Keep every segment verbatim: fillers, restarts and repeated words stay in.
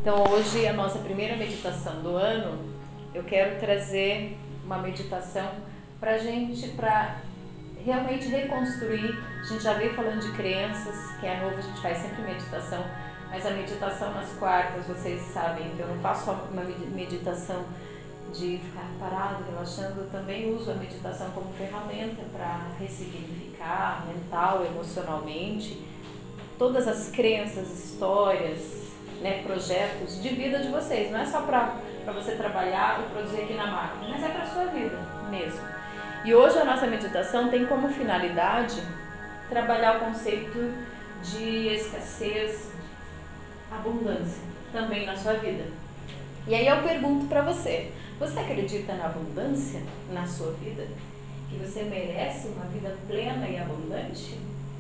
Então hoje, a nossa primeira meditação do ano, eu quero trazer uma meditação pra gente, pra realmente reconstruir. A gente já veio falando de crenças, quem é novo a gente faz sempre meditação, mas a meditação nas quartas, vocês sabem que eu não faço só uma meditação de ficar parado, relaxando, eu também uso a meditação como ferramenta para ressignificar mental, emocionalmente, todas as crenças, histórias, né, projetos de vida de vocês. Não é só para você trabalhar e produzir aqui na máquina, mas é para a sua vida mesmo. E hoje a nossa meditação tem como finalidade trabalhar o conceito de escassez, abundância também na sua vida. E aí eu pergunto para você, você acredita na abundância na sua vida? Que você merece uma vida plena e abundante?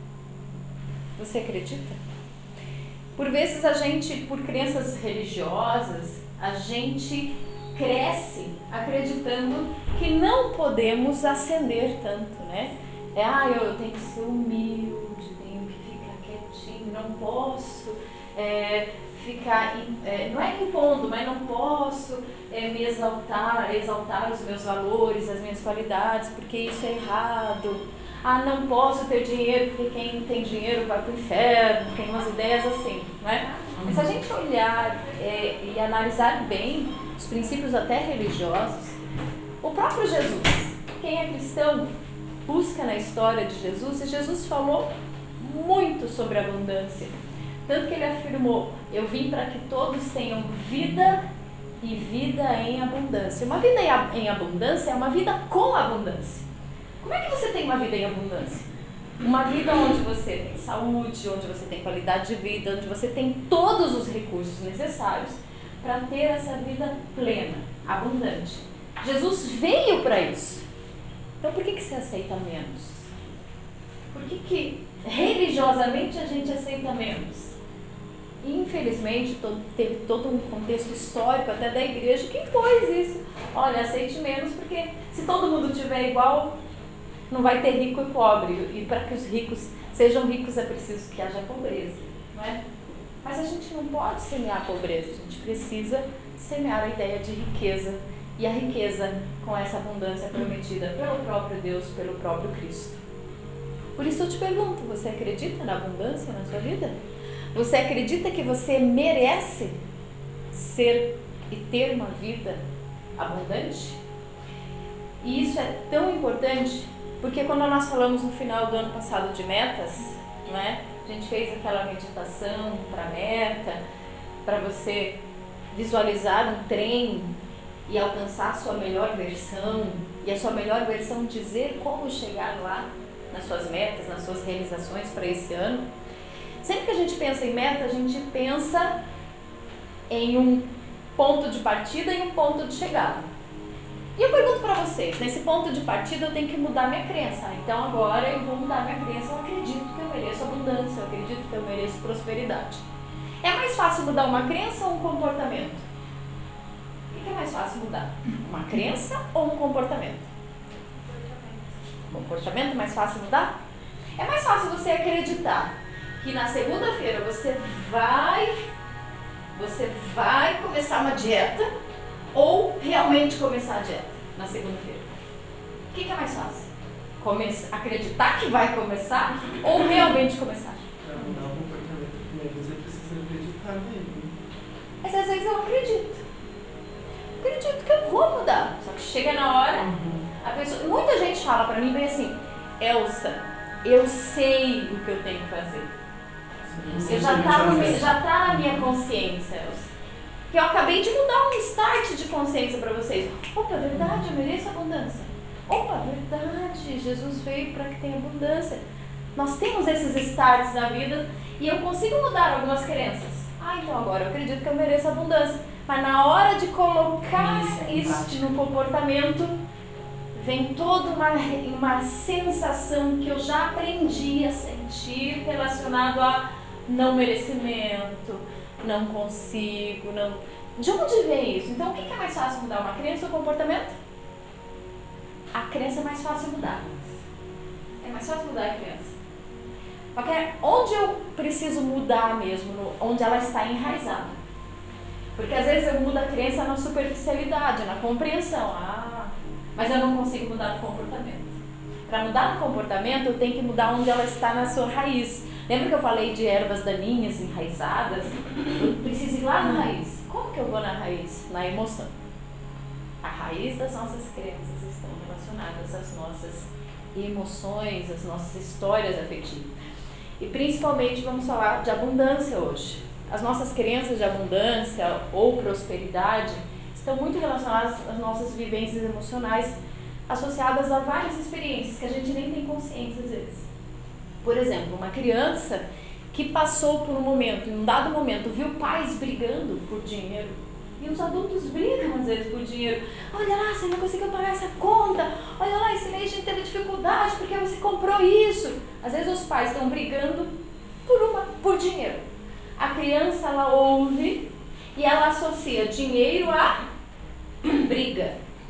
Você acredita? Por vezes a gente, por crenças religiosas, a gente cresce acreditando que não podemos ascender tanto, né? É, ah, eu tenho que ser humilde, tenho que ficar quietinho, não posso é, ficar, é, não é impondo, mas não posso é, me exaltar, exaltar os meus valores, as minhas qualidades, porque isso é errado. Ah, não posso ter dinheiro porque quem tem dinheiro vai para o inferno, tem umas ideias assim, né? Mas se a gente olhar é, e analisar bem os princípios até religiosos, o próprio Jesus, quem é cristão, busca na história de Jesus, e Jesus falou muito sobre abundância. Tanto que ele afirmou, eu vim para que todos tenham vida e vida em abundância. Uma vida em abundância é uma vida com abundância. Como é que você tem uma vida em abundância? Uma vida onde você tem saúde, onde você tem qualidade de vida, onde você tem todos os recursos necessários para ter essa vida plena, abundante. Jesus veio para isso. Então por que, que você aceita menos? Por que, que religiosamente a gente aceita menos? Infelizmente, todo, teve todo um contexto histórico até da igreja que impôs isso. Olha, aceite menos porque se todo mundo tiver igual, não vai ter rico e pobre. E para que os ricos sejam ricos é preciso que haja pobreza, não é? Mas a gente não pode semear a pobreza, a gente precisa semear a ideia de riqueza. E a riqueza com essa abundância prometida pelo próprio Deus, pelo próprio Cristo. Por isso eu te pergunto, você acredita na abundância na sua vida? Você acredita que você merece ser e ter uma vida abundante? E isso é tão importante porque quando nós falamos no final do ano passado de metas, não é? A gente fez aquela meditação para meta, para você visualizar um trem e alcançar a sua melhor versão, e a sua melhor versão dizer como chegar lá nas suas metas, nas suas realizações para esse ano. Sempre que a gente pensa em meta, a gente pensa em um ponto de partida e um ponto de chegada. E eu pergunto para vocês, nesse ponto de partida eu tenho que mudar minha crença. Então agora eu vou mudar minha crença, eu acredito que eu mereço abundância, eu acredito que eu mereço prosperidade. É mais fácil mudar uma crença ou um comportamento? O que é mais fácil mudar? Uma crença ou um comportamento? Comportamento. Comportamento é mais fácil mudar? É mais fácil você acreditar que na segunda-feira você vai, você vai começar uma dieta ou realmente começar a dieta na segunda-feira? O que, que é mais fácil? Começar, acreditar que vai começar ou realmente começar? Para mudar o comportamento, primeiro você precisa acreditar nele. Mas às vezes eu acredito. Acredito que eu vou mudar. Só que chega na hora, uhum. a pessoa, muita gente fala pra mim bem assim, Elsa, eu sei o que eu tenho que fazer. Sim, eu já tá, no, já tá na minha consciência, Elsa. Que eu acabei de mudar um start de consciência para vocês. Opa, é verdade, eu mereço abundância. Opa, é verdade, Jesus veio para que tenha abundância. Nós temos esses starts na vida e eu consigo mudar algumas crenças. Ah, então agora eu acredito que eu mereço abundância. Mas na hora de colocar isso, isso no comportamento, vem toda uma, uma sensação que eu já aprendi a sentir relacionado a não merecimento, não consigo, não... De onde vem isso? Então, o que é mais fácil mudar, uma crença ou um comportamento? A crença é mais fácil mudar. É mais fácil mudar a crença. Porque onde eu preciso mudar mesmo, onde ela está enraizada. Porque às vezes eu mudo a criança na superficialidade, na compreensão. Ah, mas eu não consigo mudar no comportamento. Para mudar no comportamento, eu tenho que mudar onde ela está na sua raiz. Lembra que eu falei de ervas daninhas enraizadas? Eu preciso ir lá na raiz. Como que eu vou na raiz? Na emoção. A raiz das nossas crenças estão relacionadas às nossas emoções, às nossas histórias afetivas. E principalmente vamos falar de abundância hoje. As nossas crenças de abundância ou prosperidade estão muito relacionadas às nossas vivências emocionais, associadas a várias experiências que a gente nem tem consciência às vezes. Por exemplo, uma criança que passou por um momento, em um dado momento, viu pais brigando por dinheiro. E os adultos brigam às vezes por dinheiro. Olha lá, você não conseguiu pagar essa conta. Olha lá, esse mês a gente teve dificuldade porque você comprou isso. Às vezes os pais estão brigando por, uma, por dinheiro. A criança, ela ouve e ela associa dinheiro a briga.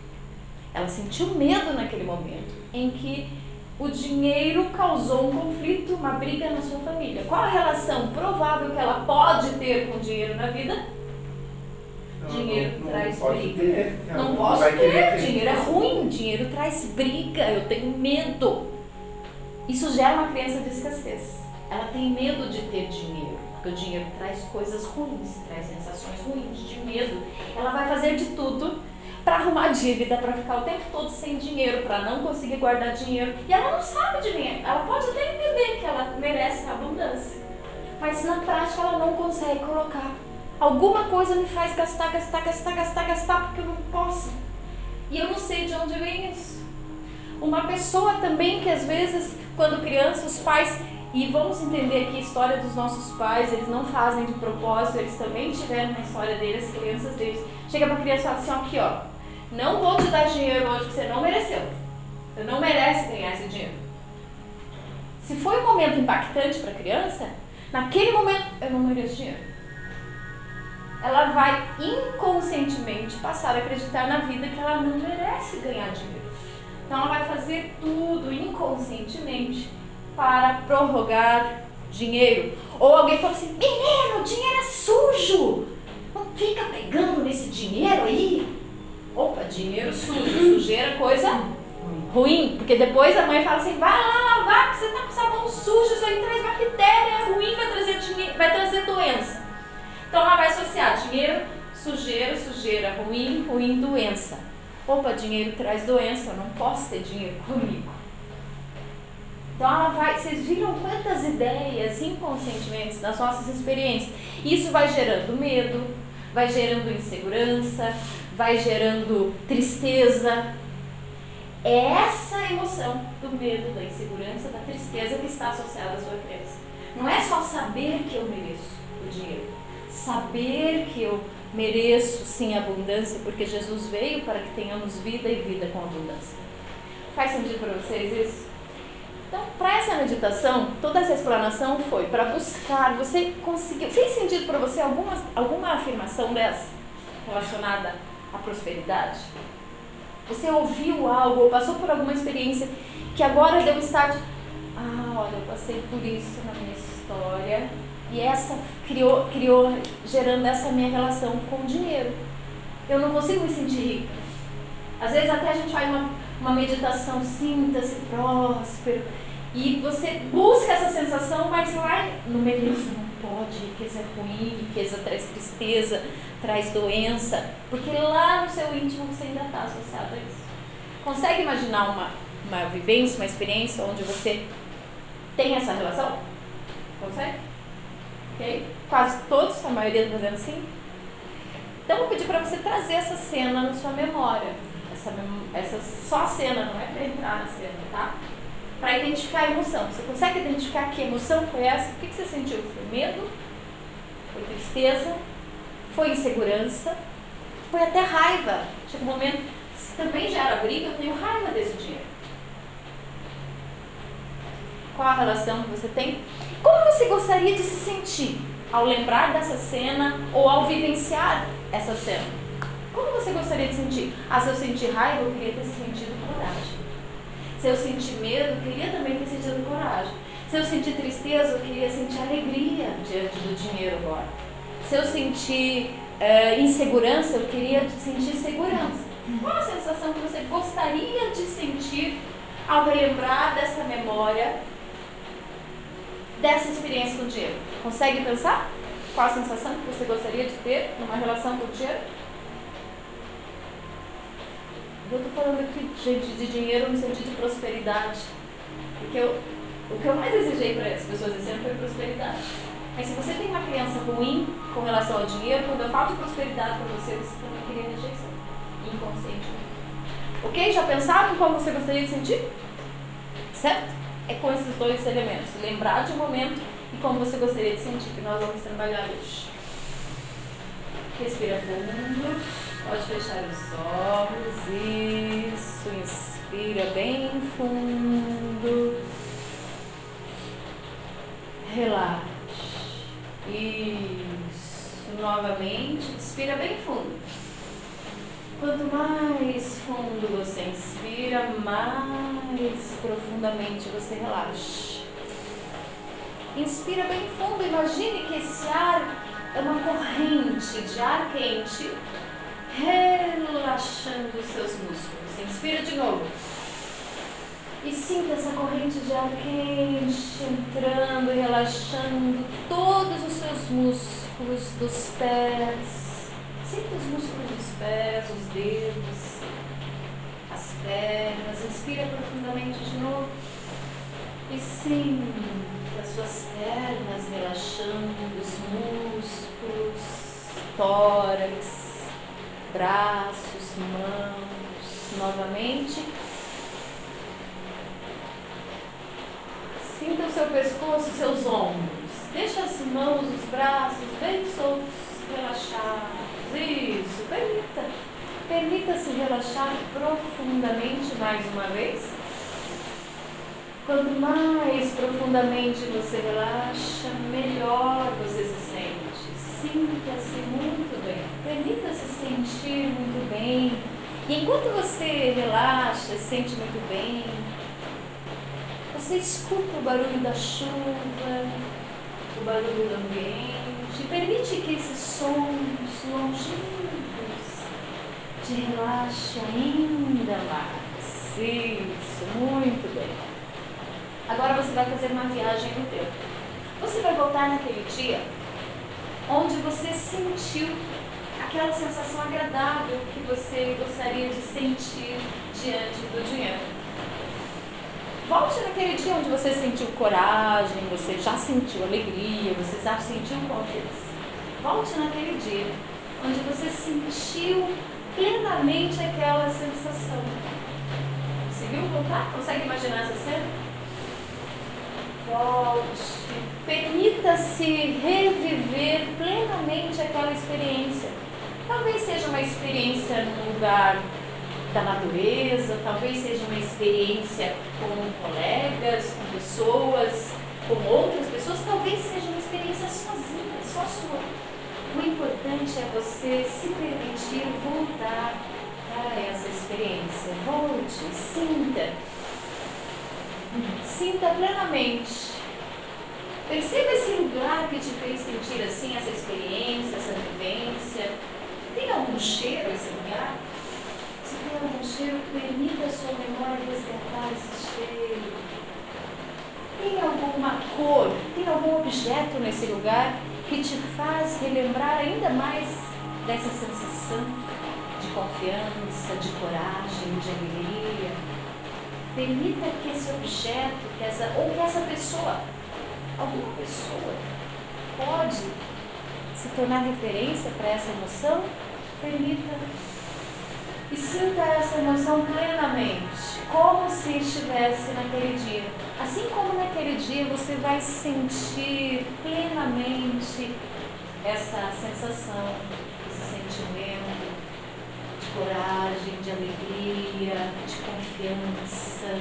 Ela sentiu medo naquele momento em que o dinheiro causou um conflito, uma briga na sua família. Qual a relação provável que ela pode ter com o dinheiro na vida? Dinheiro não, não traz pode briga. Ter. Não Ela posso vai ter, querer ter. dinheiro é ruim, dinheiro traz briga, eu tenho medo. Isso gera uma crença de escassez. Ela tem medo de ter dinheiro, porque o dinheiro traz coisas ruins, traz sensações ruins, de medo. Ela vai fazer de tudo para arrumar dívida, para ficar o tempo todo sem dinheiro, para não conseguir guardar dinheiro. E ela não sabe de dinheiro. Ela pode até entender que ela merece a abundância, mas na prática ela não consegue colocar. Alguma coisa me faz gastar, gastar, gastar, gastar, gastar, porque eu não posso. E eu não sei de onde vem isso. Uma pessoa também que às vezes, quando criança, os pais, e vamos entender aqui a história dos nossos pais, eles não fazem de propósito, eles também tiveram na história deles, as crianças deles. Chega pra criança e fala assim, ó, aqui ó, não vou te dar dinheiro hoje que você não mereceu. Você não merece ganhar esse dinheiro. Se foi um momento impactante para a criança, naquele momento eu não mereço dinheiro. Ela vai inconscientemente passar a acreditar na vida que ela não merece ganhar dinheiro. Então ela vai fazer tudo inconscientemente para prorrogar dinheiro. Ou alguém fala assim, menino, dinheiro é sujo, não fica pegando nesse dinheiro aí. Opa, dinheiro sujo, sujeira, coisa ruim, porque depois a mãe fala assim, vai lá lavar, porque você tá com sabão sujo, isso aí traz bactéria, é ruim, vai trazer, dinheiro, vai trazer doença. Então ela vai associar dinheiro, sujeira, sujeira, ruim, ruim, doença. Opa, dinheiro traz doença, eu não posso ter dinheiro comigo. Então ela vai, vocês viram quantas ideias inconscientemente das nossas experiências. Isso vai gerando medo, vai gerando insegurança, vai gerando tristeza. É essa emoção do medo, da insegurança, da tristeza que está associada à sua crença. Não é só saber que eu mereço o dinheiro. Saber que eu mereço sim abundância, porque Jesus veio para que tenhamos vida e vida com abundância. Faz sentido para vocês isso? Então, para essa meditação, toda essa explanação foi para buscar, você conseguiu, fez sentido para você alguma, alguma afirmação dessa relacionada à prosperidade? Você ouviu algo ou passou por alguma experiência que agora deu start? Ah, olha, eu passei por isso na minha história e essa criou, criou gerando essa minha relação com o dinheiro. Eu não consigo me sentir rica. Às vezes até a gente faz uma, uma meditação, sinta-se próspero, e você busca essa sensação, mas lá no meio não pode, riqueza é ruim, riqueza traz tristeza, traz doença, porque lá no seu íntimo você ainda está associado a isso. Consegue imaginar uma, uma vivência, uma experiência onde você tem essa relação? Consegue? Ok? Quase todos, a maioria está fazendo sim. Então eu vou pedir para você trazer essa cena na sua memória. Essa, essa só a cena, não é para entrar na cena, tá? Para identificar a emoção. Você consegue identificar que emoção foi essa? O que você sentiu? Foi medo? Foi tristeza? Foi insegurança? Foi até raiva? Chega um momento, se também gera briga, eu tenho raiva desse dinheiro. Qual a relação que você tem? Como você gostaria de se sentir ao lembrar dessa cena ou ao vivenciar essa cena? Como você gostaria de sentir? Ah, se eu sentir raiva, eu queria ter sentido coragem. Se eu sentir medo, eu queria também ter sentido coragem. Se eu sentir tristeza, eu queria sentir alegria diante do dinheiro agora. Se eu sentir uh, insegurança, eu queria sentir segurança. Qual a sensação que você gostaria de sentir ao relembrar dessa memória, dessa experiência com o dinheiro? Consegue pensar? Qual a sensação que você gostaria de ter numa relação com o dinheiro? Eu estou falando aqui, gente, de dinheiro no sentido de prosperidade. Porque eu, o que eu mais desejei para as pessoas esse ano foi prosperidade. Mas se você tem uma criança ruim com relação ao dinheiro, quando eu falo de prosperidade para você, você também queria rejeição. Inconscientemente. Ok? Já pensaram em como você gostaria de sentir? Certo? É com esses dois elementos. Lembrar de um momento e como você gostaria de sentir, que nós vamos trabalhar hoje. Respira fundo. Pode fechar os olhos. Isso. Inspira bem fundo. Relaxa. Isso. Novamente. Inspira bem fundo. Quanto mais fundo você inspira, mais profundamente você relaxa. Inspira bem fundo. Imagine que esse ar é uma corrente de ar quente, relaxando os seus músculos. Inspira de novo. E sinta essa corrente de ar quente entrando e relaxando todos os seus músculos dos pés. Sinta os músculos dos pés, os dedos, as pernas. Inspira profundamente de novo. E sinta as suas pernas relaxando, os músculos, tórax, braços, mãos. Novamente. Sinta o seu pescoço, seus ombros. Deixa as mãos, os braços bem soltos, relaxados. Isso, permita. Permita-se relaxar profundamente mais uma vez. Quanto mais profundamente você relaxa, melhor você se sente. Sinta-se muito bem. Permita-se sentir muito bem. E enquanto você relaxa, se sente muito bem, você escuta o barulho da chuva, o barulho do ambiente. Permite que esses sons longínquos te relaxem ainda mais. Isso, muito bem. Agora você vai fazer uma viagem no tempo. Você vai voltar naquele dia onde você sentiu aquela sensação agradável que você gostaria de sentir diante do dinheiro. Volte naquele dia onde você sentiu coragem, você já sentiu alegria, você já sentiu confiança. Volte naquele dia onde você sentiu plenamente aquela sensação. Conseguiu voltar? Consegue imaginar essa cena? Volte. Permita-se reviver plenamente aquela experiência. Talvez seja uma experiência num lugar da natureza, talvez seja uma experiência com colegas, com pessoas, com outras pessoas, talvez seja uma experiência sozinha, só sua. O importante é você se permitir voltar para essa experiência. Volte, sinta. Sinta plenamente. Perceba esse lugar que te fez sentir assim, essa experiência, essa vivência. Tem algum cheiro esse lugar? Se tem algum cheiro, permita a sua memória resgatar esse cheiro. Tem alguma cor, tem algum objeto nesse lugar que te faz relembrar ainda mais dessa sensação de confiança, de coragem, de alegria? Permita que esse objeto, que essa, ou que essa pessoa, alguma pessoa, pode se tornar referência para essa emoção. Permita. E sinta essa emoção plenamente, como se estivesse naquele dia. Assim como naquele dia você vai sentir plenamente essa sensação, esse sentimento de coragem, de alegria, de confiança.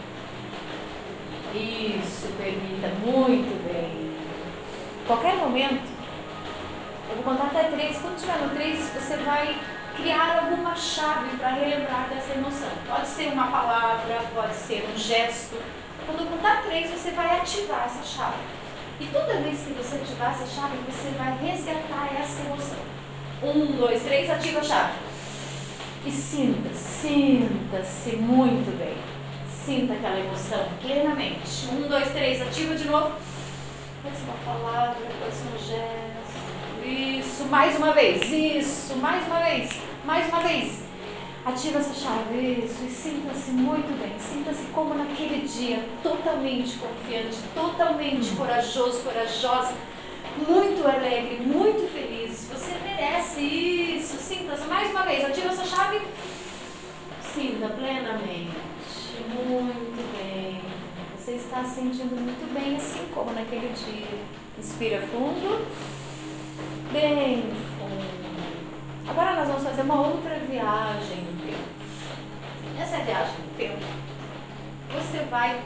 Isso, permita, muito bem. Qualquer momento, eu vou contar até três. Quando estiver no três, você vai criar alguma chave para relembrar dessa emoção. Pode ser uma palavra, pode ser um gesto. Quando eu contar três, você vai ativar essa chave. E toda vez que você ativar essa chave, você vai resgatar essa emoção. Um, dois, três, ativa a chave. E sinta, sinta-se muito bem. Sinta aquela emoção plenamente. Um, dois, três, ativa de novo. Pode ser uma palavra, pode ser um gesto. Isso, mais uma vez. Isso, mais uma vez. Mais uma vez. Ativa essa chave, isso, e sinta-se muito bem. Sinta-se como naquele dia, totalmente confiante, totalmente corajoso, corajosa, muito alegre, muito feliz. Você merece isso. Sinta-se mais uma vez. Ativa essa chave. Sinta plenamente. Muito bem. Você está se sentindo muito bem, assim como naquele dia. Inspira fundo. Bem fundo. Agora nós vamos fazer uma outra viagem no tempo. Essa viagem no tempo, você vai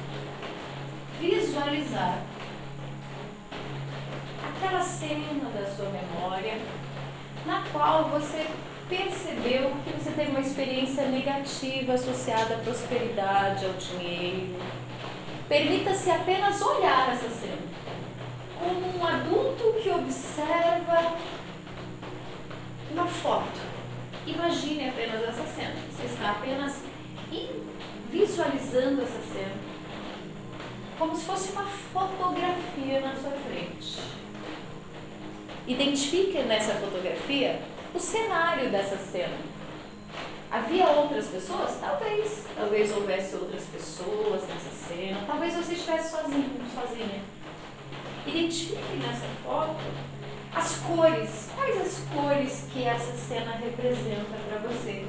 visualizar aquela cena da sua memória na qual você percebeu que você teve uma experiência negativa associada à prosperidade, ao dinheiro. Permita-se apenas olhar essa cena como um adulto que observa uma foto. Imagine apenas essa cena. Você está apenas visualizando essa cena como se fosse uma fotografia na sua frente. Identifique nessa fotografia o cenário dessa cena. Havia outras pessoas? Talvez. Talvez houvesse outras pessoas nessa cena. Talvez você estivesse sozinho, sozinha. Identifique nessa foto as cores. Quais as cores que essa cena representa para você?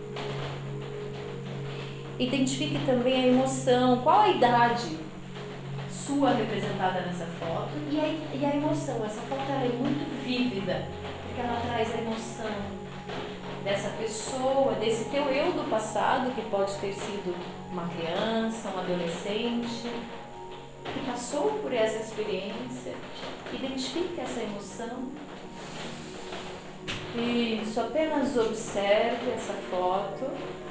Identifique também a emoção. Qual a idade sua representada nessa foto e a, e a emoção. Essa foto ela é muito vívida, porque ela traz a emoção dessa pessoa, desse teu eu do passado, que pode ter sido uma criança, um adolescente, que passou por essa experiência. Identifique essa emoção. Isso, apenas observe essa foto.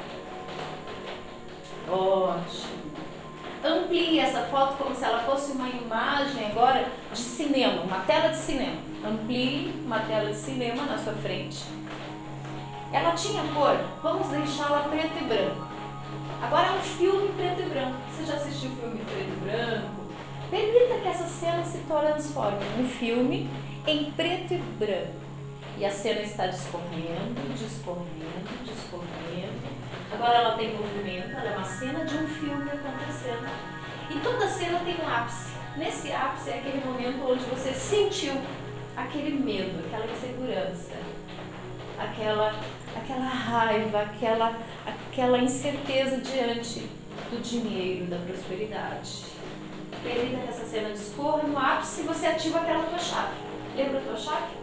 Ótimo. Amplie essa foto como se ela fosse uma imagem agora de cinema, uma tela de cinema. Amplie uma tela de cinema na sua frente. Ela tinha cor, vamos deixá-la preto e branco. Agora é um filme preto e branco. Você já assistiu filme preto e branco? Permita que essa cena se transforme num filme em preto e branco. E a cena está discorrendo, discorrendo, discorrendo. Agora ela tem movimento, ela é uma cena de um filme acontecendo. E toda cena tem um ápice. Nesse ápice é aquele momento onde você sentiu aquele medo, aquela insegurança, aquela, aquela raiva, aquela, aquela incerteza diante do dinheiro, da prosperidade. Permita que essa cena discorra, no ápice você ativa aquela tua chave. Lembra a tua chave?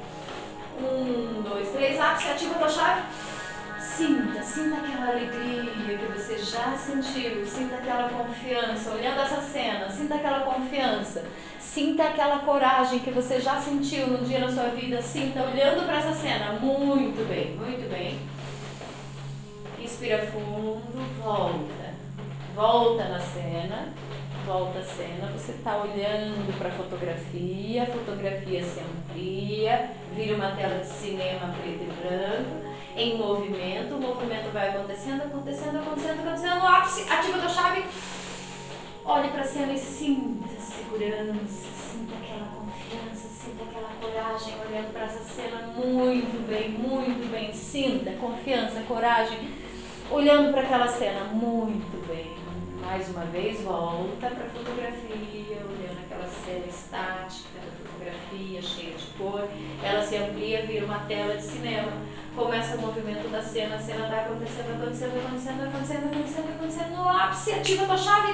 Um, dois, três, ápice, ativa a tua chave. Sinta, sinta aquela alegria que você já sentiu, sinta aquela confiança, olhando essa cena, sinta aquela confiança, sinta aquela coragem que você já sentiu num dia na sua vida, sinta olhando para essa cena, muito bem, muito bem. Inspira fundo, volta, volta na cena, volta a cena, você está olhando para a fotografia, a fotografia se amplia, vira uma tela de cinema preto e branco, em movimento, o movimento vai acontecendo, acontecendo, acontecendo, acontecendo, no ápice, ativa a tua chave, olhe para a cena e sinta a segurança, sinta aquela confiança, sinta aquela coragem olhando para essa cena, muito bem, muito bem, sinta confiança, coragem, olhando para aquela cena, muito bem. Mais uma vez, volta para a fotografia, olhando aquela cena estática da fotografia, cheia de cor. Ela se amplia, vira uma tela de cinema. Começa o movimento da cena, a cena está acontecendo, acontecendo, acontecendo, acontecendo, acontecendo, acontecendo. No ápice, ativa a tua chave.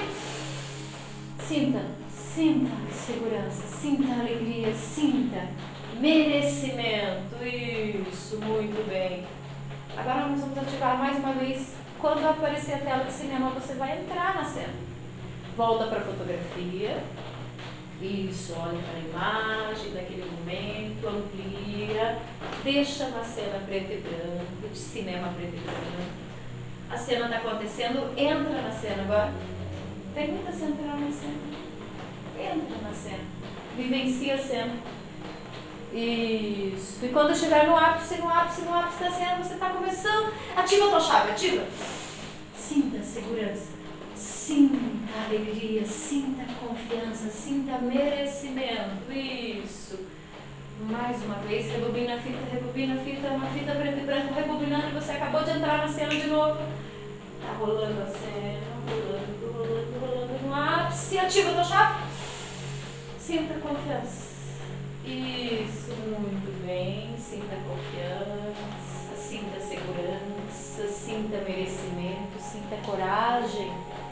Sinta, sinta segurança, sinta alegria, sinta merecimento. Isso, muito bem. Agora nós vamos ativar mais uma vez. Quando aparecer a tela de cinema, você vai entrar na cena. Volta para a fotografia. Isso, olha para a imagem daquele momento, amplia, deixa uma cena preto e branco, de cinema preto e branco. A cena está acontecendo, entra na cena agora. Permita-se entrar na cena. Entra na cena. Vivencia a cena. Isso. E quando estiver no ápice, no ápice, no ápice da cena, você está começando. Ativa a tua chave, ativa. Sinta a segurança, sinta a alegria, sinta a confiança, sinta merecimento. Isso. Mais uma vez, rebobina a fita, rebobina a fita, uma fita preta e branca, rebobinando, e você acabou de entrar na cena de novo. Tá rolando a cena, rolando, rolando, rolando no ápice. Ativa a tua chave. Sinta a confiança. Isso, muito bem. Sinta a confiança, sinta a segurança, sinta merecimento, sinta coragem.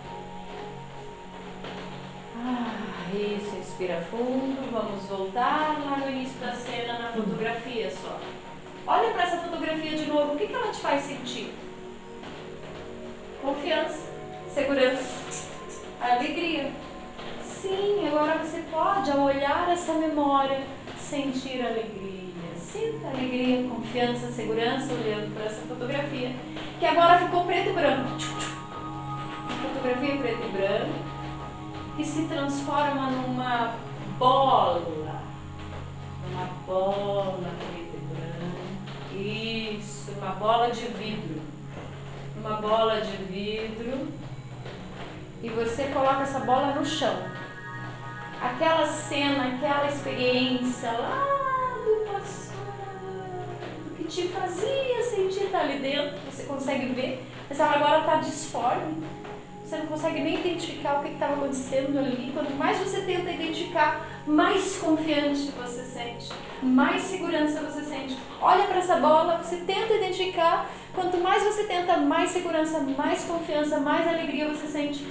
Ah, isso, inspira fundo. Vamos voltar lá no início da cena, na fotografia só. Olha para essa fotografia de novo. O que, que ela te faz sentir? Confiança, segurança, alegria. Sim, agora você pode, ao olhar essa memória, sentir alegria. Sinta alegria, confiança, segurança, olhando para essa fotografia, que agora ficou preto e branco. Uma fotografia preto e branco, que se transforma numa bola. Uma bola preta e branca. Isso, uma bola de vidro. Uma bola de vidro. E você coloca essa bola no chão. Aquela cena, aquela experiência lá do passado, que te fazia sentir estar ali dentro, você consegue ver, mas ela agora está disforme. Você não consegue nem identificar o que estava acontecendo ali. Quanto mais você tenta identificar, mais confiante você sente, mais segurança você sente. Olha para essa bola, você tenta identificar. Quanto mais você tenta, mais segurança, mais confiança, mais alegria você sente.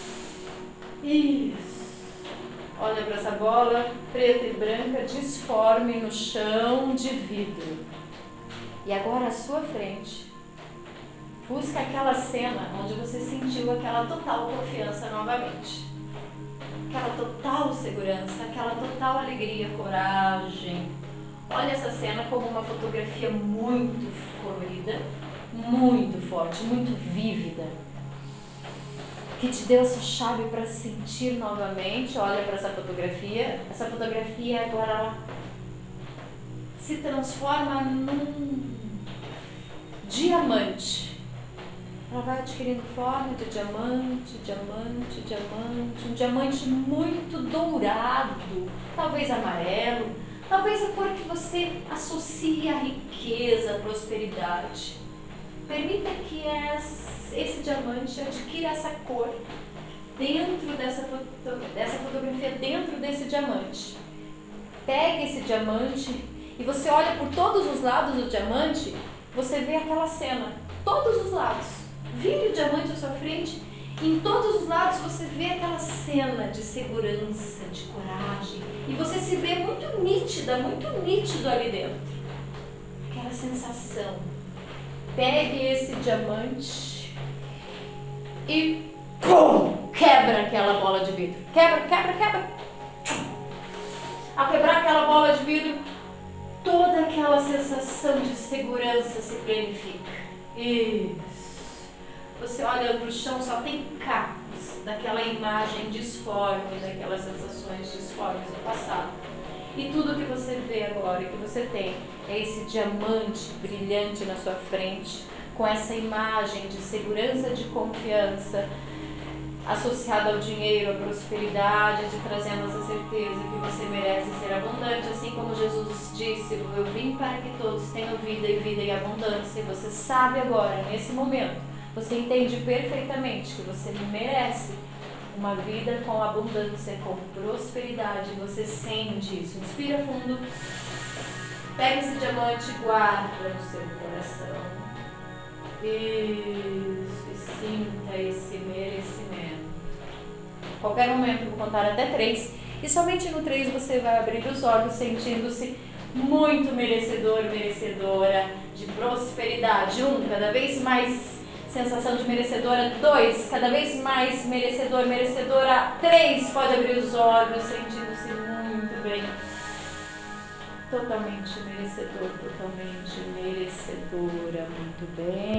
Isso. Olha para essa bola preta e branca, disforme no chão de vidro. E agora à sua frente, busca aquela cena onde você sentiu aquela total confiança novamente. Aquela total segurança, aquela total alegria, coragem. Olha essa cena como uma fotografia muito colorida, muito forte, muito vívida, que te deu essa chave para sentir novamente. Olha para essa fotografia. Essa fotografia agora ela se transforma num diamante. Ela vai adquirindo forma de diamante, diamante, diamante, um diamante muito dourado, talvez amarelo, talvez a cor que você associe à riqueza, à prosperidade. Permita que esse diamante adquira essa cor dentro dessa, foto, dessa fotografia, dentro desse diamante. Pegue esse diamante e você olha por todos os lados do diamante, você vê aquela cena, todos os lados. Vire o diamante à sua frente e em todos os lados você vê aquela cena de segurança, de coragem. E você se vê muito nítida, muito nítido ali dentro. Aquela sensação. Pegue esse diamante e pum, quebra aquela bola de vidro. Quebra, quebra, quebra. Ao quebrar aquela bola de vidro, toda aquela sensação de segurança se planifica. Isso. Você olha para o chão, só tem cacos daquela imagem disforme, daquelas sensações disformes do passado. E tudo que você vê agora, que você tem, é esse diamante brilhante na sua frente, com essa imagem de segurança, de confiança, associada ao dinheiro, à prosperidade, de trazendo essa certeza que você merece ser abundante, assim como Jesus disse: eu vim para que todos tenham vida e vida em abundância. E você sabe agora, nesse momento, você entende perfeitamente que você merece uma vida com abundância, com prosperidade. Você sente isso. Inspira fundo, pega esse diamante e guarda no seu coração. Isso, e sinta esse merecimento. Qualquer momento eu vou contar até três, e somente no três você vai abrir os olhos sentindo-se muito merecedor, merecedora de prosperidade. Um, cada vez mais sensação de merecedora. Dois, cada vez mais merecedor, merecedora. Três, pode abrir os olhos sentindo-se muito bem. Totalmente merecedor, totalmente merecedora, muito bem.